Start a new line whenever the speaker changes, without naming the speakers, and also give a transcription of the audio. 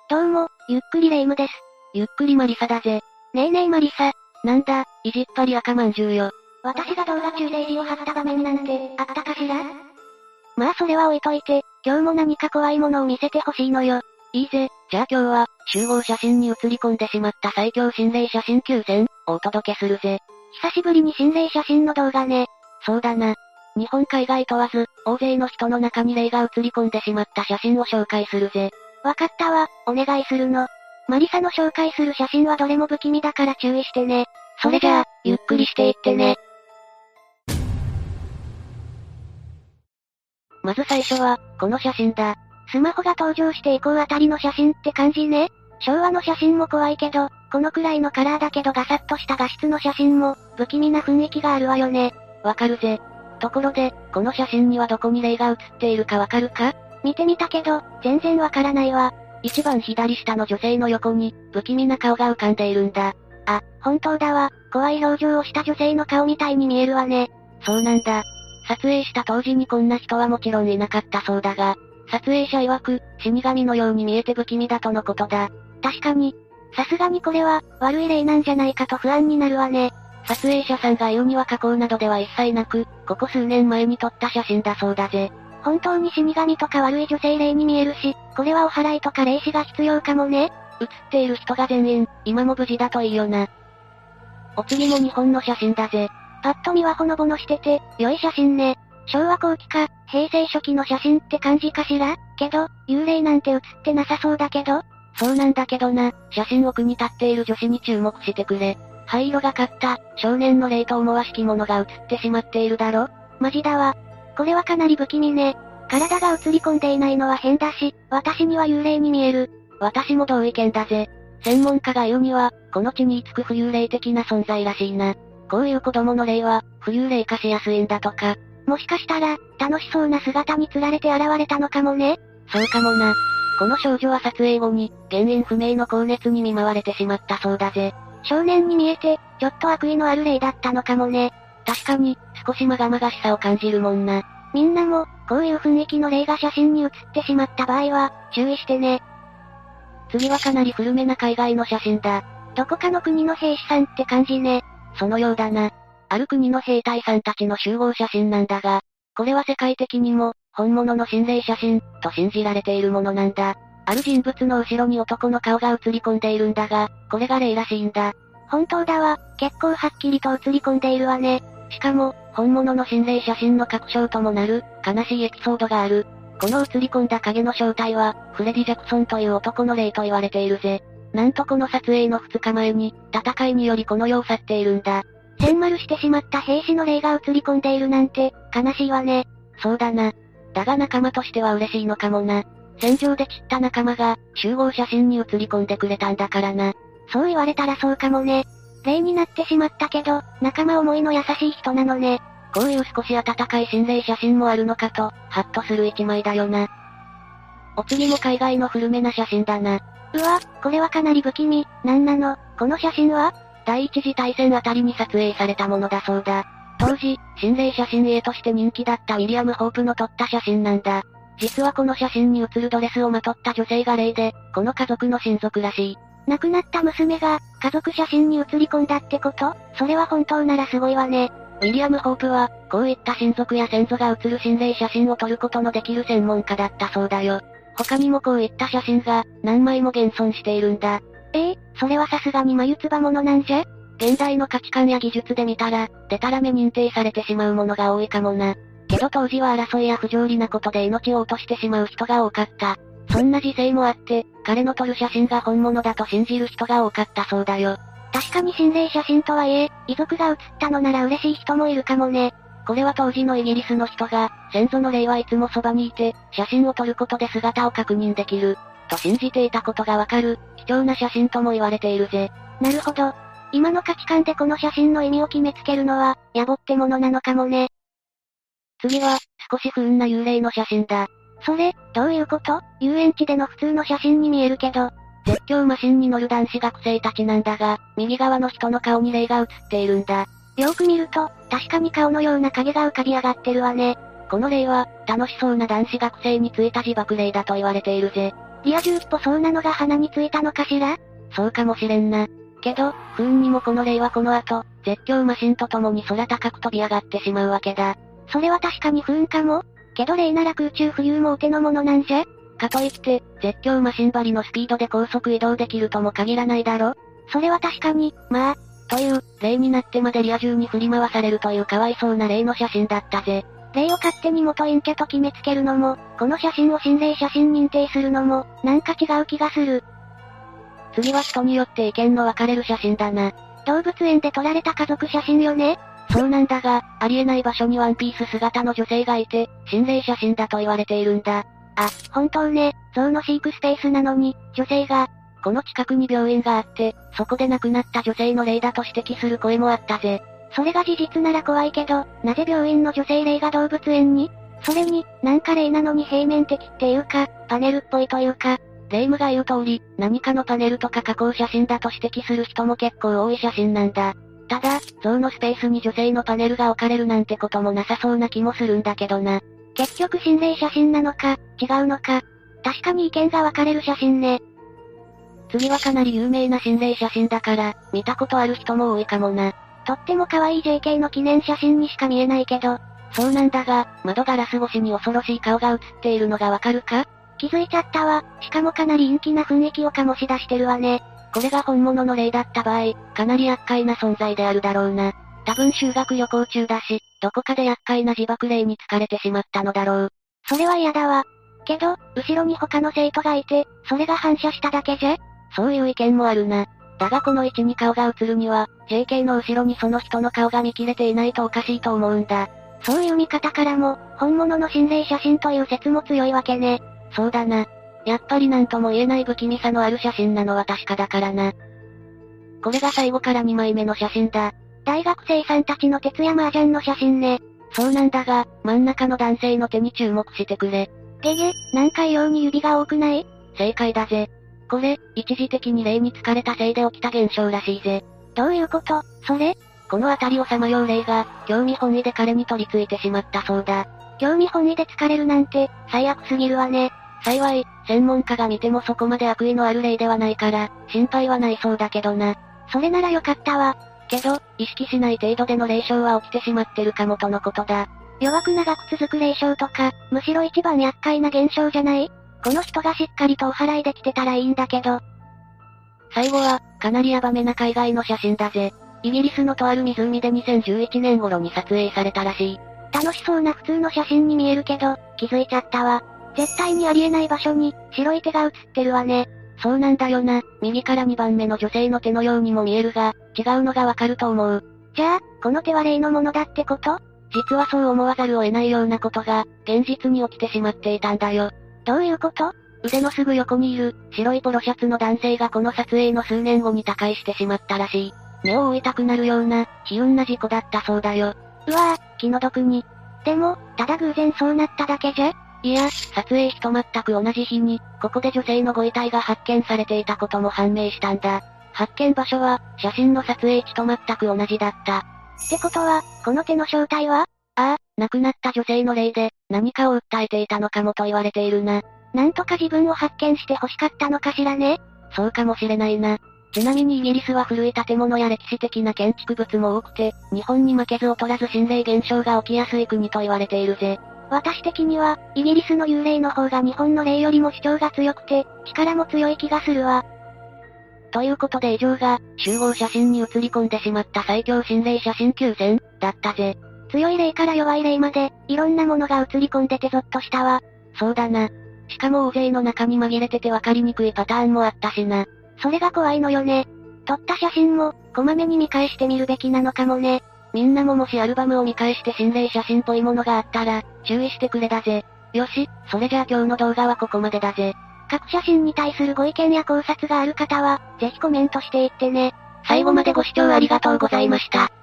どうも、ゆっくりレ夢ムです。
ゆっくりマリサだぜ。
ねえねえマリサ。
なんだ、意地っ張り赤まんじゅうよ。
私が動画中で意地を張った場面なんて、あったかしら？まあそれは置いといて、今日も何か怖いものを見せてほしいのよ。
いいぜ、じゃあ今日は、集合写真に写り込んでしまった最強心霊写真9選をお届けするぜ。
久しぶりに心霊写真の動画ね。
そうだな。日本海外問わず、大勢の人の中に霊が写り込んでしまった写真を紹介するぜ。
わかったわ、お願いするの。マリサの紹介する写真はどれも不気味だから注意してね。
それじゃあ、ゆっくりしていってね。まず最初は、この写真だ。
スマホが登場して以降あたりの写真って感じね。昭和の写真も怖いけど、このくらいのカラーだけどガサッとした画質の写真も、不気味な雰囲気があるわよね。
わかるぜ。ところで、この写真にはどこに霊が写っているかわかるか？
見てみたけど、全然わからないわ。
一番左下の女性の横に、不気味な顔が浮かんでいるんだ。
あ、本当だわ。怖い表情をした女性の顔みたいに見えるわね。
そうなんだ。撮影した当時にこんな人はもちろんいなかったそうだが、撮影者曰く、死神のように見えて不気味だとのことだ。
確かに。さすがにこれは、悪い霊なんじゃないかと不安になるわね。
撮影者さんが言うには加工などでは一切なく、ここ数年前に撮った写真だそうだぜ。
本当に死神とか悪い女性霊に見えるし、これはお祓いとか霊視が必要かもね。
写っている人が全員、今も無事だといいよな。お次も日本の写真だぜ。
パッと見はほのぼのしてて、良い写真ね。昭和後期か、平成初期の写真って感じかしら？けど、幽霊なんて写ってなさそうだけど？
そうなんだけどな、写真奥に立っている女子に注目してくれ。灰色がかった、少年の霊と思わしきものが写ってしまっているだろ？
マジだわ。これはかなり不気味ね。体が映り込んでいないのは変だし、私には幽霊に見える。
私も同意見だぜ。専門家が言うには、この地に居つく浮遊霊的な存在らしいな。こういう子供の霊は、浮遊霊化しやすいんだとか。
もしかしたら、楽しそうな姿に釣られて現れたのかもね。
そうかもな。この少女は撮影後に、原因不明の高熱に見舞われてしまったそうだぜ。
少年に見えて、ちょっと悪意のある霊だったのかもね。
確かに、少しまがまがしさを感じるもんな。
みんなも、こういう雰囲気の霊が写真に写ってしまった場合は、注意してね。
次はかなり古めな海外の写真だ。
どこかの国の兵士さんって感じね。
そのようだな。ある国の兵隊さんたちの集合写真なんだが、これは世界的にも、本物の心霊写真、と信じられているものなんだ。ある人物の後ろに男の顔が映り込んでいるんだが、これが霊らしいんだ。
本当だわ、結構はっきりと映り込んでいるわね。
しかも、本物の心霊写真の確証ともなる、悲しいエピソードがある。この映り込んだ影の正体は、フレディ・ジャクソンという男の霊と言われているぜ。なんとこの撮影の2日前に、戦いによりこの世を去っているんだ。
千丸してしまった兵士の霊が映り込んでいるなんて、悲しいわね。
そうだな。だが仲間としては嬉しいのかもな。戦場で散った仲間が、集合写真に写り込んでくれたんだからな。
そう言われたらそうかもね。霊になってしまったけど、仲間思いの優しい人なのね。
こういう少し温かい心霊写真もあるのかと、ハッとする一枚だよな。お次も海外の古めな写真だな。
うわ、これはかなり不気味。なんなの、この写真は？
第一次大戦あたりに撮影されたものだそうだ。当時、心霊写真家として人気だったウィリアム・ホープの撮った写真なんだ。実はこの写真に写るドレスをまとった女性が霊で、この家族の親族らしい。
亡くなった娘が、家族写真に写り込んだってこと？それは本当ならすごいわね。
ウィリアム・ホープは、こういった親族や先祖が写る心霊写真を撮ることのできる専門家だったそうだよ。他にもこういった写真が、何枚も現存しているんだ。
それはさすがに眉唾物なんじゃ？
現代の価値観や技術で見たら、デタラメ認定されてしまうものが多いかもな。けど当時は争いや不条理なことで命を落としてしまう人が多かった。そんな時勢もあって、彼の撮る写真が本物だと信じる人が多かったそうだよ。
確かに心霊写真とはいえ、遺族が写ったのなら嬉しい人もいるかもね。
これは当時のイギリスの人が、先祖の霊はいつもそばにいて、写真を撮ることで姿を確認できる、と信じていたことがわかる、貴重な写真とも言われているぜ。
なるほど。今の価値観でこの写真の意味を決めつけるのは、野暮ってものなのかもね。
次は、少し不運な幽霊の写真だ。
それ、どういうこと？遊園地での普通の写真に見えるけど。
絶叫マシンに乗る男子学生たちなんだが、右側の人の顔に霊が映っているんだ。
よく見ると、確かに顔のような影が浮かび上がってるわね。
この霊は、楽しそうな男子学生についた自爆霊だと言われているぜ。
リア充っぽそうなのが鼻についたのかしら？
そうかもしれんな。けど、不運にもこの霊はこの後、絶叫マシンと共に空高く飛び上がってしまうわけだ。
それは確かに不運かも。けど霊なら空中浮遊もお手の物なんじゃ？
かといって、絶叫マシン張りのスピードで高速移動できるとも限らないだろ？
それは確かに、まあ。
という、霊になってまでリア充に振り回されるというかわいそうな霊の写真だったぜ。
霊を勝手に元陰キャと決めつけるのも、この写真を心霊写真認定するのも、なんか違う気がする。
次は人によって意見の分かれる写真だな。
動物園で撮られた家族写真よね？
そうなんだが、ありえない場所にワンピース姿の女性がいて、心霊写真だと言われているんだ。
あ、本当ね、象の飼育スペースなのに、女性が。
この近くに病院があって、そこで亡くなった女性の霊だと指摘する声もあったぜ。
それが事実なら怖いけど、なぜ病院の女性霊が動物園に？それに、なんか霊なのに平面的っていうか、パネルっぽいというか。
霊夢が言う通り、何かのパネルとか加工写真だと指摘する人も結構多い写真なんだ。ただ、象のスペースに女性のパネルが置かれるなんてこともなさそうな気もするんだけどな。
結局心霊写真なのか、違うのか。確かに意見が分かれる写真ね。
次はかなり有名な心霊写真だから、見たことある人も多いかもな。
とっても可愛い JK の記念写真にしか見えないけど。
そうなんだが、窓ガラス越しに恐ろしい顔が映っているのがわかるか？
気づいちゃったわ。しかもかなり陰気な雰囲気を醸し出してるわね。
これが本物の霊だった場合、かなり厄介な存在であるだろうな。多分修学旅行中だし、どこかで厄介な自爆霊に疲れてしまったのだろう。
それは嫌だわ。けど、後ろに他の生徒がいて、それが反射しただけじゃ？
そういう意見もあるな。だがこの位置に顔が映るには、JK の後ろにその人の顔が見切れていないとおかしいと思うんだ。
そういう見方からも、本物の心霊写真という説も強いわけね。
そうだな。やっぱりなんとも言えない不気味さのある写真なのは確かだからな。これが最後から2枚目の写真だ。
大学生さんたちの徹夜麻雀の写真ね。
そうなんだが、真ん中の男性の手に注目してくれ。
ゲゲ、なんか異様に指が多くない？
正解だぜ。これ、一時的に霊に疲れたせいで起きた現象らしいぜ。
どういうこと？それ？
この辺りをさまよう霊が、興味本位で彼に取り付いてしまったそうだ。
興味本位で疲れるなんて、最悪すぎるわね。
幸い、専門家が見てもそこまで悪意のある霊ではないから、心配はないそうだけどな。
それならよかったわ。
けど、意識しない程度での霊障は起きてしまってるかもとのことだ。
弱く長く続く霊障とか、むしろ一番厄介な現象じゃない？この人がしっかりとお祓いできてたらいいんだけど。
最後は、かなりヤバめな海外の写真だぜ。イギリスのとある湖で2011年頃に撮影されたらしい。
楽しそうな普通の写真に見えるけど、気づいちゃったわ。絶対にありえない場所に、白い手が写ってるわね。
そうなんだよな。右から2番目の女性の手のようにも見えるが、違うのがわかると思う。
じゃあ、この手は霊のものだってこと？
実はそう思わざるを得ないようなことが、現実に起きてしまっていたんだよ。
どういうこと？
腕のすぐ横にいる、白いポロシャツの男性がこの撮影の数年後に他界してしまったらしい。目を覆いたくなるような、悲運な事故だったそうだよ。
うわぁ、気の毒に。でも、ただ偶然そうなっただけじゃ？
いや、撮影日と全く同じ日に、ここで女性のご遺体が発見されていたことも判明したんだ。発見場所は、写真の撮影地と全く同じだった。
ってことは、この手の正体は？
ああ、亡くなった女性の霊で、何かを訴えていたのかもと言われているな。
なんとか自分を発見して欲しかったのかしらね。
そうかもしれないな。ちなみにイギリスは古い建物や歴史的な建築物も多くて、日本に負けず劣らず心霊現象が起きやすい国と言われているぜ。
私的には、イギリスの幽霊の方が日本の霊よりも主張が強くて、力も強い気がするわ。
ということで以上が、集合写真に写り込んでしまった最強心霊写真9選、だったぜ。
強い霊から弱い霊まで、いろんなものが写り込んでてゾッとしたわ。
そうだな。しかも大勢の中に紛れてて分かりにくいパターンもあったしな。
それが怖いのよね。撮った写真も、こまめに見返してみるべきなのかもね。
みんなももしアルバムを見返して心霊写真っぽいものがあったら、注意してくれだぜ。よし、それじゃあ今日の動画はここまでだぜ。
各写真に対するご意見や考察がある方は、ぜひコメントしていってね。
最後までご視聴ありがとうございました。